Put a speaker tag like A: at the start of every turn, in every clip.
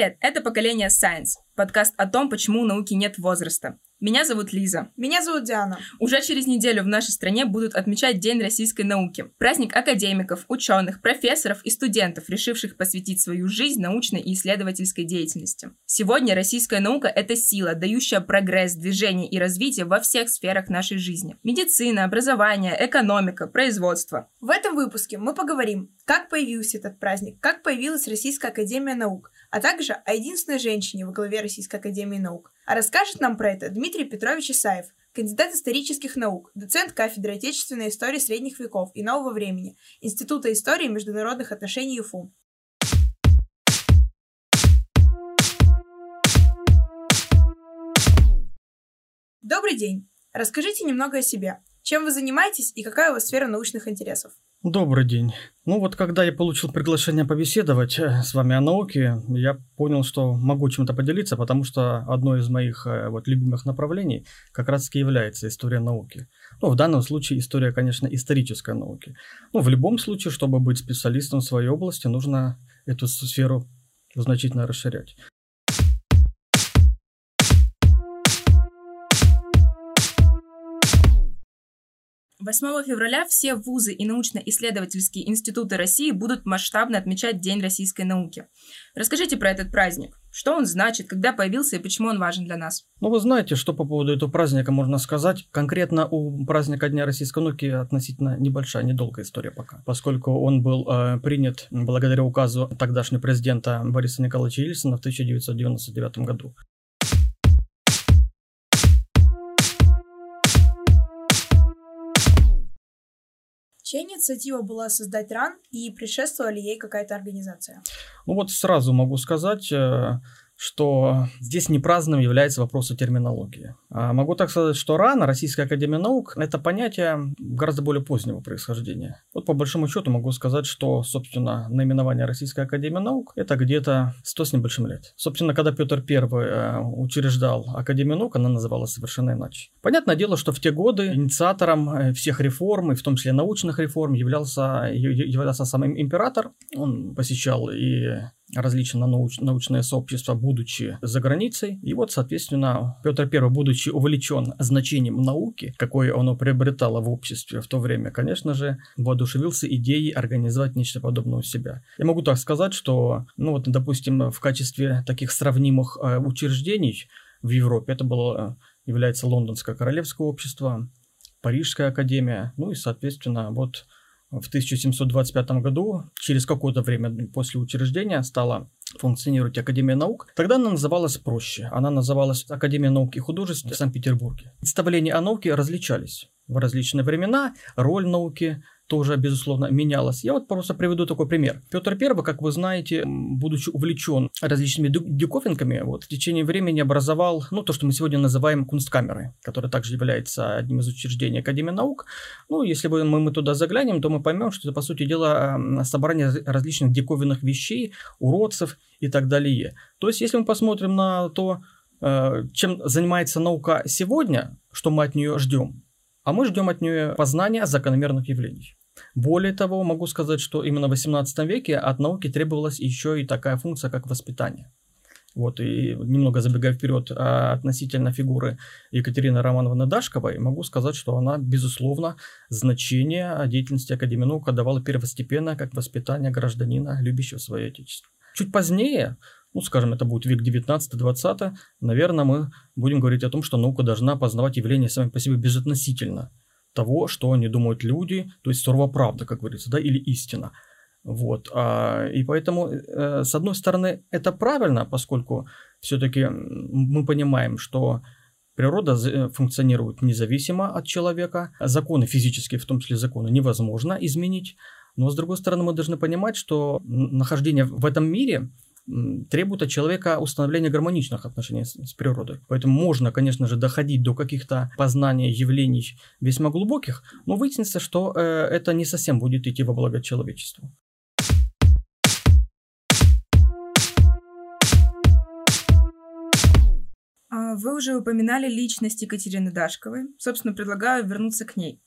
A: Привет, это «Поколение Science», подкаст о том, почему у науки нет возраста. Меня зовут Лиза.
B: Меня зовут Диана.
A: Уже через неделю в нашей стране будут отмечать День российской науки. Праздник академиков, ученых, профессоров и студентов, решивших посвятить свою жизнь научной и исследовательской деятельности. Сегодня российская наука – это сила, дающая прогресс, движение и развитие во всех сферах нашей жизни. Медицина, образование, экономика, производство.
B: В этом выпуске мы поговорим, как появился этот праздник, как появилась Российская академия наук, а также о единственной женщине во главе Российской академии наук. А расскажет нам про это Дмитрий Петрович Исаев, кандидат исторических наук, доцент кафедры отечественной истории средних веков и нового времени, Института истории и международных отношений ЮФУ. Добрый день! Расскажите немного о себе. Чем вы занимаетесь и какая у вас сфера научных интересов?
C: Добрый день. Когда я получил приглашение побеседовать с вами о науке, я понял, что могу чем-то поделиться, потому что одно из моих любимых направлений как раз-таки является история науки. В данном случае история, конечно, исторической науки. В любом случае, чтобы быть специалистом в своей области, нужно эту сферу значительно расширять.
A: 8 февраля все вузы и научно-исследовательские институты России будут масштабно отмечать День российской науки. Расскажите про этот праздник. Что он значит, когда появился и почему он важен для нас?
C: Вы знаете, что по поводу этого праздника можно сказать. Конкретно у праздника Дня российской науки относительно небольшая, недолгая история пока. Поскольку он был принят благодаря указу тогдашнего президента Бориса Николаевича Ельцина в 1999 году.
B: Чья инициатива была создать РАН и предшествовала ли ей какая-то организация?
C: Сразу могу сказать, что здесь не праздным является вопрос о терминологии. Могу так сказать, что РАН, Российская академия наук, это понятие гораздо более позднего происхождения. По большому счету могу сказать, что, собственно, наименование Российская академия наук это где-то 100 с небольшим лет. Собственно, когда Петр I учреждал Академию наук, она называлась совершенно иначе. Понятное дело, что в те годы инициатором всех реформ, и в том числе научных реформ, являлся сам император. Он посещал и различные научные сообщества, будучи за границей. И соответственно, Петр I, будучи увлечен значением науки, какое оно приобретало в обществе в то время, конечно же, воодушевился идеей организовать нечто подобное у себя. Я могу так сказать, что, допустим, в качестве таких сравнимых учреждений в Европе это является Лондонское королевское общество, Парижская академия, и, соответственно, в 1725 году, через какое-то время после учреждения, стала функционировать Академия наук. Тогда она называлась проще. Она называлась Академия наук и художеств в Санкт-Петербурге. Представления о науке различались в различные времена. Роль науки тоже, безусловно, менялась. Я просто приведу такой пример. Петр I, как вы знаете, будучи увлечен различными диковинками, в течение времени образовал, то, что мы сегодня называем кунсткамерой, которая также является одним из учреждений Академии наук. Если мы туда заглянем, то мы поймем, что это, по сути дела, собрание различных диковинных вещей, уродцев и так далее. То есть, если мы посмотрим на то, чем занимается наука сегодня, что мы от нее ждем, а мы ждем от нее познания закономерных явлений. Более того, могу сказать, что именно в XVIII веке от науки требовалась еще и такая функция, как воспитание. И немного забегая вперед относительно фигуры Екатерины Романовны Дашковой, могу сказать, что она, безусловно, значение деятельности Академии наук отдавала первостепенно как воспитание гражданина, любящего свое отечество. Чуть позднее, это будет век 19-20, наверное, мы будем говорить о том, что наука должна познавать явления сами по себе безотносительно того, что они думают люди, то есть сурова правда, как говорится, или истина. И поэтому, с одной стороны, это правильно, поскольку все-таки мы понимаем, что природа функционирует независимо от человека, законы физические, в том числе законы, невозможно изменить, но, с другой стороны, мы должны понимать, что нахождение в этом мире требует от человека установления гармоничных отношений с природой. Поэтому можно, конечно же, доходить до каких-то познаний, явлений весьма глубоких, но выяснится, что это не совсем будет идти во благо человечеству.
A: Вы уже упоминали личность Екатерины Дашковой. Собственно, предлагаю вернуться к ней.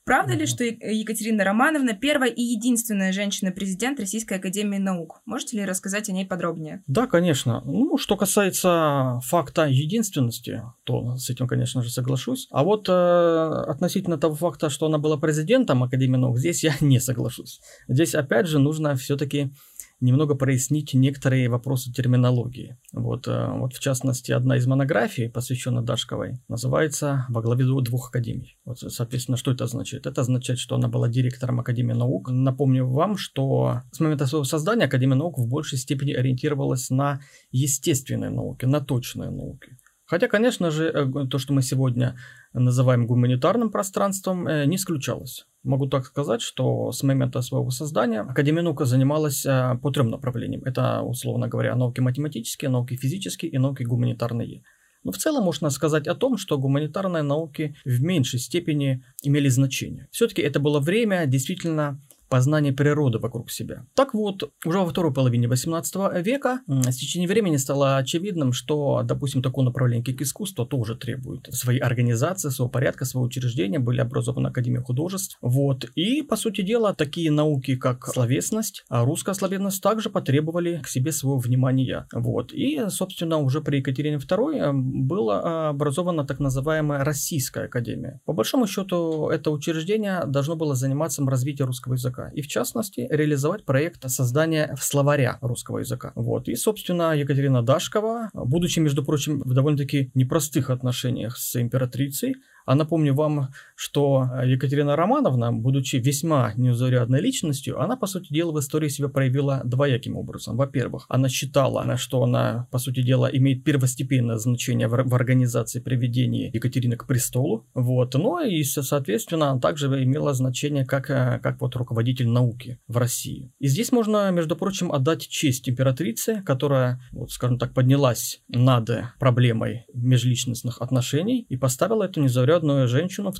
A: Правда ли, что Екатерина Романовна первая и единственная женщина-президент Российской академии наук? Можете ли рассказать о ней подробнее?
C: Да, конечно. Что касается факта единственности, то с этим, конечно же, соглашусь. А вот относительно того факта, что она была президентом Академии наук, здесь я не соглашусь. Здесь, опять же, нужно все-таки немного прояснить некоторые вопросы терминологии. Вот, в частности, одна из монографий, посвященная Дашковой, называется «Во главе двух академий». Вот, соответственно, что это означает? Это означает, что она была директором Академии наук. Напомню вам, что с момента своего создания Академия наук в большей степени ориентировалась на естественные науки, на точные науки. Хотя, конечно же, то, что мы сегодня называем гуманитарным пространством, не исключалось. Могу так сказать, что с момента своего создания Академия наук занималась по 3 направлениям. Это, условно говоря, науки математические, науки физические и науки гуманитарные. Но в целом можно сказать о том, что гуманитарные науки в меньшей степени имели значение. Все-таки это было время действительно познание природы вокруг себя. Так вот, уже во второй половине 18 века с течением времени стало очевидным, что, допустим, такое направление, как искусство, тоже требует своей организации, своего порядка, своего учреждения, были образованы Академии художеств. Вот. И, по сути дела, такие науки, как словесность, русская словесность, также потребовали к себе своего внимания. Вот. И, собственно, уже при Екатерине II была образована так называемая Российская академия. По большому счету, это учреждение должно было заниматься развитием русского языка. И, в частности, реализовать проект создания словаря русского языка. Вот. И, собственно, Екатерина Дашкова, будучи, между прочим, в довольно-таки непростых отношениях с императрицей, а напомню вам, что Екатерина Романовна, будучи весьма незаурядной личностью, она, по сути дела, в истории себя проявила двояким образом. Во-первых, она считала, что она, по сути дела, имеет первостепенное значение в организации приведения Екатерины к престолу. Вот. Ну и, соответственно, она также имела значение как вот руководитель науки в России. И здесь можно, между прочим, отдать честь императрице, которая, вот, скажем так, поднялась над проблемой межличностных отношений и поставила эту незаурядную женщину в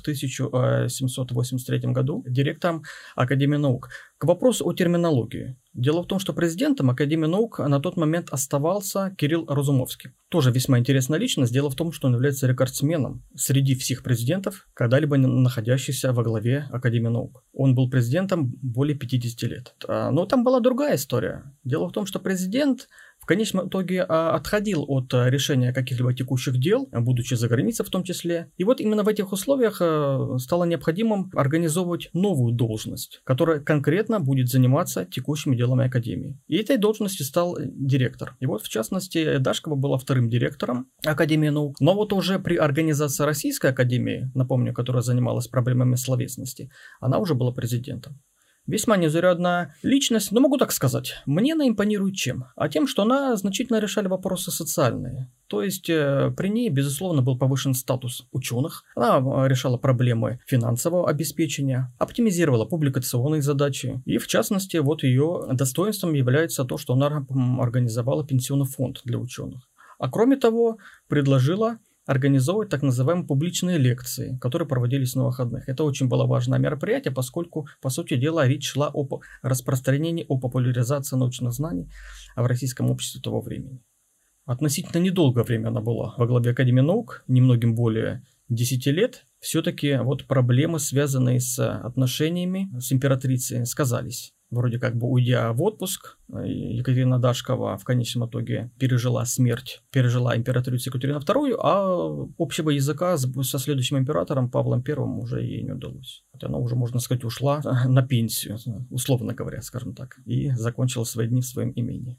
C: 1783 году директором Академии наук. К вопросу о терминологии. Дело в том, что президентом Академии наук на тот момент оставался Кирилл Разумовский. Тоже весьма интересная личность. Дело в том, что он является рекордсменом среди всех президентов, когда-либо находящихся во главе Академии наук. Он был президентом более 50 лет. Но там была другая история. Дело в том, что президент в конечном итоге отходил от решения каких-либо текущих дел, будучи за границей в том числе. И вот именно в этих условиях стало необходимым организовывать новую должность, которая конкретно будет заниматься текущими делами Академии. И этой должностью стал директор. И вот, в частности, Дашкова была вторым директором Академии наук. Но вот уже при организации Российской академии, напомню, которая занималась проблемами словесности, она уже была президентом. Весьма незаурядная личность, но могу так сказать, мне она импонирует чем? А тем, что она значительно решала вопросы социальные. То есть при ней, безусловно, был повышен статус ученых, она решала проблемы финансового обеспечения, оптимизировала публикационные задачи. И в частности, вот ее достоинством является то, что она организовала пенсионный фонд для ученых. А кроме того, предложила организовывать так называемые публичные лекции, которые проводились на выходных. Это очень было важное мероприятие, поскольку, по сути дела, речь шла о распространении, о популяризации научных знаний в российском обществе того времени. Относительно недолгое время она была во главе Академии наук, немногим более 10 лет. Все-таки вот проблемы, связанные с отношениями с императрицей, сказались. Вроде как бы уйдя в отпуск, Екатерина Дашкова в конечном итоге пережила императрицу Екатерину II, а общего языка со следующим императором Павлом I уже ей не удалось. Она уже, можно сказать, ушла на пенсию, условно говоря, скажем так, и закончила свои дни в своем имении.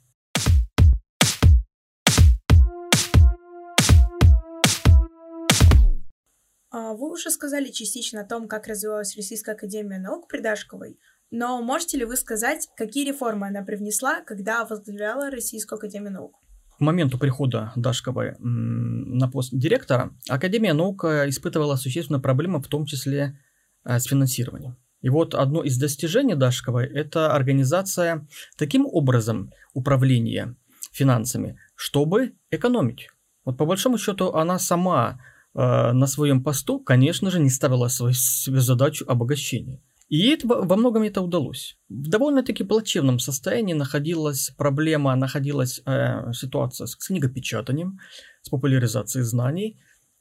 B: Вы уже сказали частично о том, как развивалась Российская академия наук при Дашковой, но можете ли вы сказать, какие реформы она привнесла, когда возглавляла Российскую академию наук?
C: К моменту прихода Дашковой на пост директора Академия наук испытывала существенные проблемы, в том числе с финансированием. И вот одно из достижений Дашковой – это организация таким образом управления финансами, чтобы экономить. Вот по большому счету она сама на своем посту, конечно же, не ставила себе задачу обогащения. И во многом это удалось. В довольно-таки плачевном состоянии находилась ситуация с книгопечатанием, с популяризацией знаний.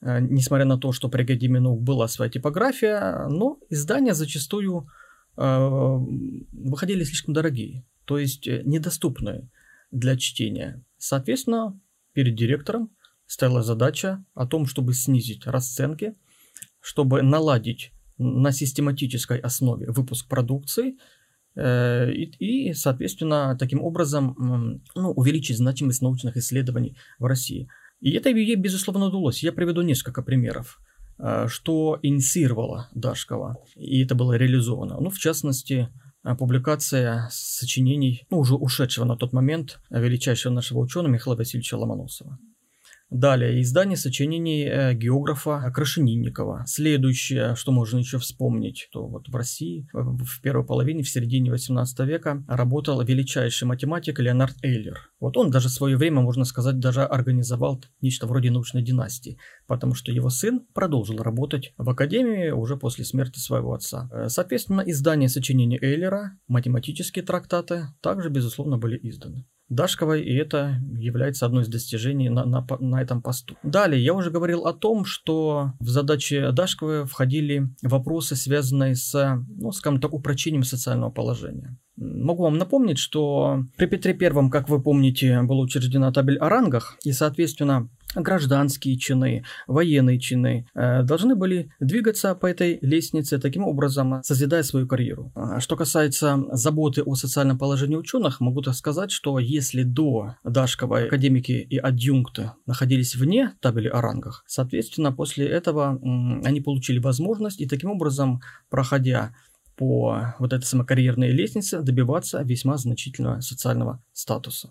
C: несмотря на то, что при Академии наук была своя типография, но издания зачастую выходили слишком дорогие, то есть недоступные для чтения. Соответственно, перед директором стояла задача о том, чтобы снизить расценки, чтобы наладить на систематической основе выпуск продукции и, соответственно, таким образом увеличить значимость научных исследований в России. И это ей, безусловно, удалось. Я приведу несколько примеров, что инициировала Дашкова, и это было реализовано. В частности, публикация сочинений уже ушедшего на тот момент величайшего нашего ученого Михаила Васильевича Ломоносова. Далее, издание сочинений географа Крашенинникова. Следующее, что можно еще вспомнить, то вот в России в первой половине, в середине 18 века работал величайший математик Леонард Эйлер. Вот он даже в свое время, можно сказать, даже организовал нечто вроде научной династии, потому что его сын продолжил работать в академии уже после смерти своего отца. Соответственно, издание сочинений Эйлера, математические трактаты также, безусловно, были изданы Дашковой, и это является одной из достижений на этом посту. Далее, я уже говорил о том, что в задачи Дашковой входили вопросы, связанные с, скажем так, упрочением социального положения. Могу вам напомнить, что при Петре I, как вы помните, была учреждена табель о рангах, и, соответственно, гражданские чины, военные чины должны были двигаться по этой лестнице, таким образом созидая свою карьеру. Что касается заботы о социальном положении ученых, могу так сказать, что если до Дашковой академики и адъюнкты находились вне табели о рангах, соответственно, после этого они получили возможность и таким образом, проходя по вот этой самой карьерной лестнице, добиваться весьма значительного социального статуса.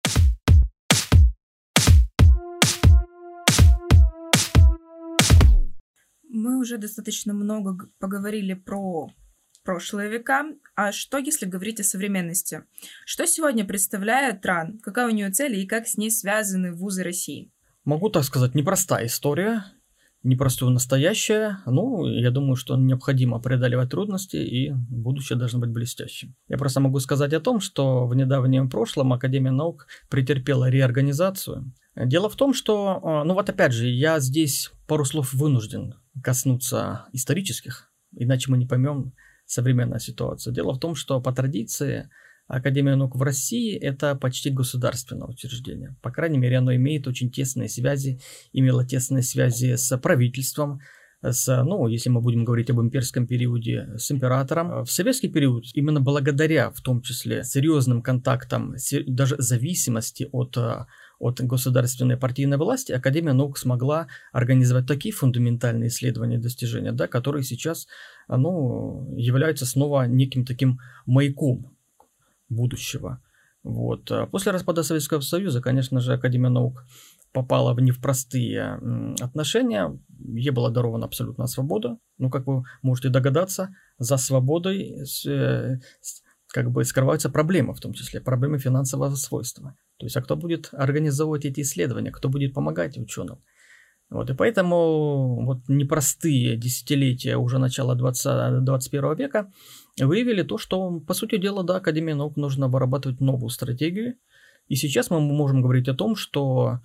A: Мы уже достаточно много поговорили про прошлые века, а что, если говорить о современности? Что сегодня представляет РАН, какая у нее цель и как с ней связаны вузы России?
C: Могу так сказать, непростая история, непростое настоящее, я думаю, что необходимо преодолевать трудности, и будущее должно быть блестящим. Я просто могу сказать о том, что в недавнем прошлом Академия наук претерпела реорганизацию. Дело в том, что, опять же, я здесь пару слов вынужден коснуться исторических, иначе мы не поймем современную ситуацию. Дело в том, что по традиции Академия наук в России – это почти государственное учреждение. По крайней мере, оно имеет очень тесные связи, имело тесные связи с правительством, если мы будем говорить об имперском периоде, с императором. В советский период, именно благодаря, в том числе, серьезным контактам, даже зависимости от государственной партийной власти, Академия наук смогла организовать такие фундаментальные исследования и достижения, которые сейчас являются снова неким таким маяком будущего. После распада Советского Союза, конечно же, Академия наук попала в непростые отношения, ей была дарована абсолютная свобода. Как вы можете догадаться, за свободой скрываются проблемы, в том числе проблемы финансового свойства. То есть, кто будет организовывать эти исследования, кто будет помогать ученым. И поэтому непростые десятилетия уже начала 21 века выявили то, что, по сути дела, Академии наук нужно вырабатывать новую стратегию. И сейчас мы можем говорить о том, что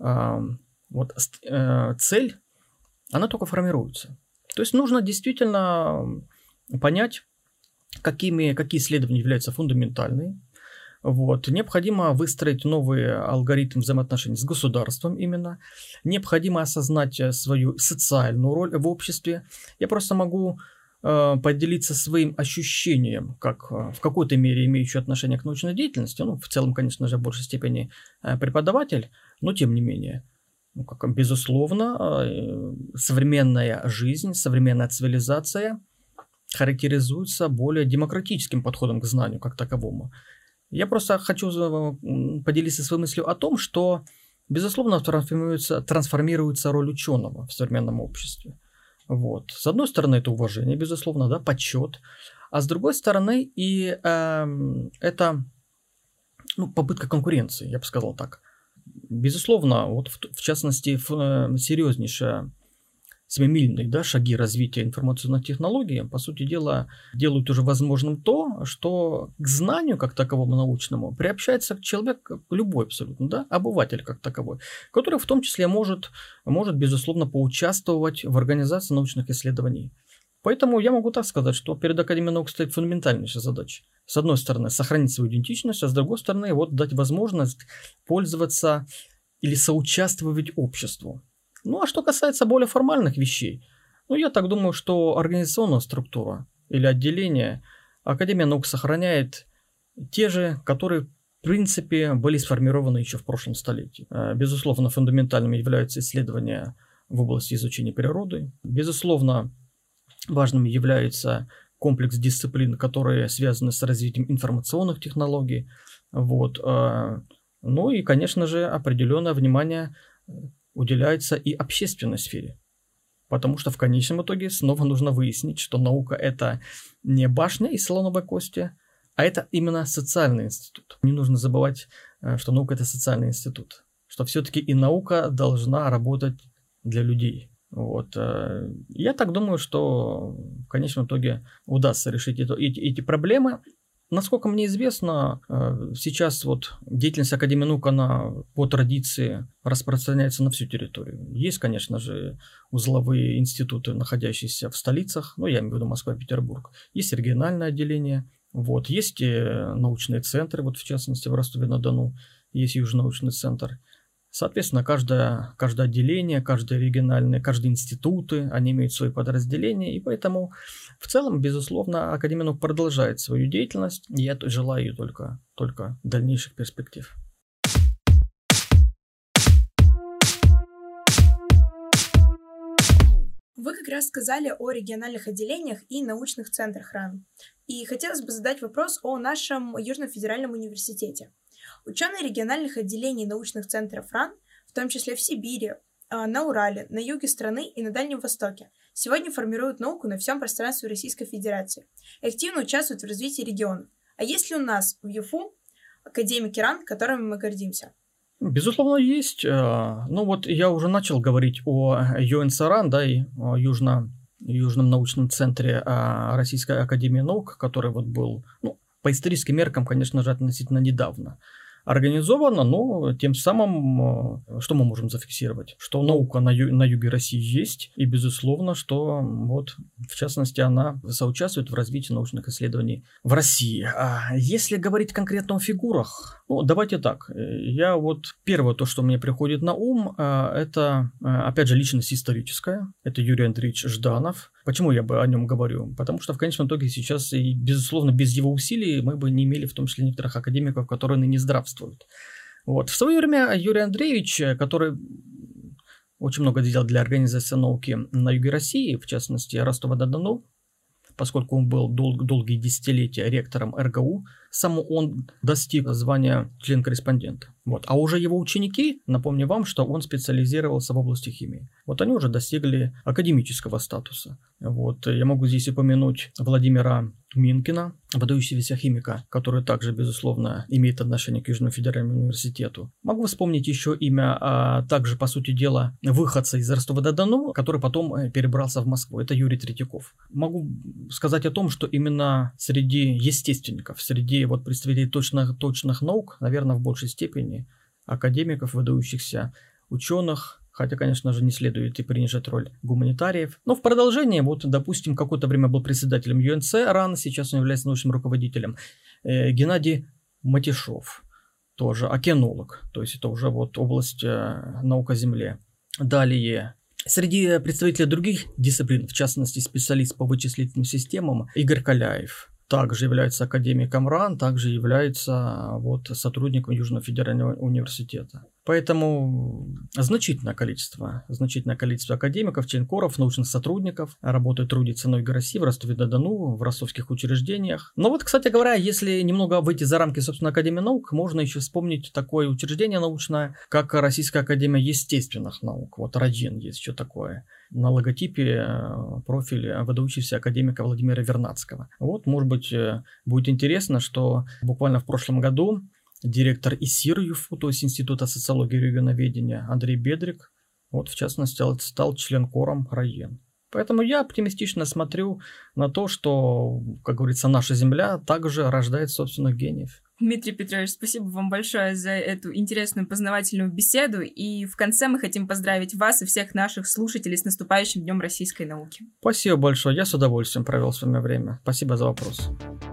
C: цель, она только формируется. То есть нужно действительно понять, какие исследования являются фундаментальными. Необходимо выстроить новый алгоритм взаимоотношений с государством именно. Необходимо осознать свою социальную роль в обществе. Я просто могу поделиться своим ощущением, как в какой-то мере имеющий отношение к научной деятельности. В целом, конечно же, в большей степени преподаватель, но тем не менее. Безусловно, современная жизнь, современная цивилизация характеризуется более демократическим подходом к знанию как таковому. Я просто хочу поделиться своей мыслью о том, что, безусловно, трансформируется роль ученого в современном обществе. С одной стороны, это уважение, безусловно, почет, а с другой стороны, это попытка конкуренции, я бы сказал так. Безусловно, в частности, серьезнейшая семимильные, да, шаги развития информационных технологий, по сути дела, делают уже возможным то, что к знанию как таковому научному приобщается человек, любой абсолютно, да, обыватель как таковой, который в том числе может безусловно, поучаствовать в организации научных исследований. Поэтому я могу так сказать, что перед Академией наук стоит фундаментальнейшая задача. С одной стороны, сохранить свою идентичность, а с другой стороны, вот дать возможность пользоваться или соучаствовать обществу. Ну, а что касается более формальных вещей, ну, я так думаю, что организационная структура или отделение Академия наук сохраняет те же, которые, в принципе, были сформированы еще в прошлом столетии. Безусловно, фундаментальными являются исследования в области изучения природы. Безусловно, важными является комплекс дисциплин, которые связаны с развитием информационных технологий. Вот. Ну и, конечно же, определенное внимание уделяется и общественной сфере. Потому что в конечном итоге снова нужно выяснить, что наука – это не башня из слоновой кости, а это именно социальный институт. Не нужно забывать, что наука – это социальный институт. Что все-таки и наука должна работать для людей. Вот. Я так думаю, что в конечном итоге удастся решить эти проблемы. Насколько мне известно, сейчас вот деятельность Академии наук, она по традиции распространяется на всю территорию. Есть, конечно же, узловые институты, находящиеся в столицах, ну, я имею в виду Москва и Петербург. Есть региональное отделение, вот, есть научные центры, вот в частности в Ростове-на-Дону есть Южный научный центр. Соответственно, каждое отделение, каждый институты, они имеют свои подразделения, и поэтому в целом, безусловно, Академия наук продолжает свою деятельность, и я желаю ей только дальнейших перспектив.
B: Вы как раз сказали о региональных отделениях и научных центрах РАН. И хотелось бы задать вопрос о нашем Южном федеральном университете. Ученые региональных отделений научных центров РАН, в том числе в Сибири, на Урале, на юге страны и на Дальнем Востоке, сегодня формируют науку на всем пространстве Российской Федерации и активно участвуют в развитии регионов. А есть ли у нас в ЮФУ академики РАН, которыми мы гордимся?
C: Безусловно, есть. Ну вот я уже начал говорить о ЮНС-РАН, да, и о Южном научном центре Российской Академии наук, который вот был, ну, по историческим меркам, конечно же, относительно недавно организовано, но тем самым, что мы можем зафиксировать? Что наука на юге России есть, и, безусловно, что вот, в частности, она соучаствует в развитии научных исследований в России. А если говорить конкретно о фигурах, ну, давайте так. Я вот первое, то, что мне приходит на ум, это, опять же, личность историческая. Это Юрий Андреевич Жданов. Почему я о нем говорю? Потому что в конечном итоге сейчас, и, безусловно, без его усилий мы бы не имели в том числе некоторых академиков, которые ныне здравствуют. Вот. В свое время Юрий Андреевич, который очень много сделал для организации науки на юге России, в частности Ростова-на-Дону, поскольку он был долгие десятилетия ректором РГУ, сам он достиг звания член-корреспондента. Вот. А уже его ученики, напомню вам, что он специализировался в области химии. Вот они уже достигли академического статуса. Вот. Я могу здесь упомянуть Владимира Минкина, выдающегося химика, который также, безусловно, имеет отношение к Южному федеральному университету. Могу вспомнить еще имя, также, по сути дела, выходца из Ростова-на-Дону, который потом перебрался в Москву. Это Юрий Третьяков. Могу сказать о том, что именно среди естественников, среди вот представителей точных наук, наверное, в большей степени академиков, выдающихся ученых, хотя, конечно же, не следует и принижать роль гуманитариев. Но в продолжение, вот, допустим, какое-то время был председателем ЮНЦ РАН, сейчас он является научным руководителем, Геннадий Матишов, тоже океанолог, то есть это уже вот область наук о Земле. Далее, среди представителей других дисциплин, в частности, специалист по вычислительным системам Игорь Каляев, также является академиком РАН, также является вот сотрудником Южного федерального университета. Поэтому значительное количество академиков, членкоров, научных сотрудников работают, трудятся на юге России, в Ростове-на-Дону, в ростовских учреждениях. Но вот, кстати говоря, если немного выйти за рамки, собственно, Академии наук, можно еще вспомнить такое учреждение научное, как Российская академия естественных наук. Вот РАДЖИН есть еще такое. На логотипе профиль выдающегося академика Владимира Вернадского. Вот, может быть, будет интересно, что буквально в прошлом году директор ИСИР ЮФУ, то есть Института социологии и регионоведения, Андрей Бедрик, Вот, в частности, стал членкором РАЕН. Поэтому я оптимистично смотрю на то, что, как говорится, наша Земля также рождает собственных гениев.
A: Дмитрий Петрович, спасибо вам большое за эту интересную познавательную беседу. И в конце мы хотим поздравить вас и всех наших слушателей с наступающим Днем российской науки.
C: Спасибо большое. Я с удовольствием провел с вами время. Спасибо за вопрос.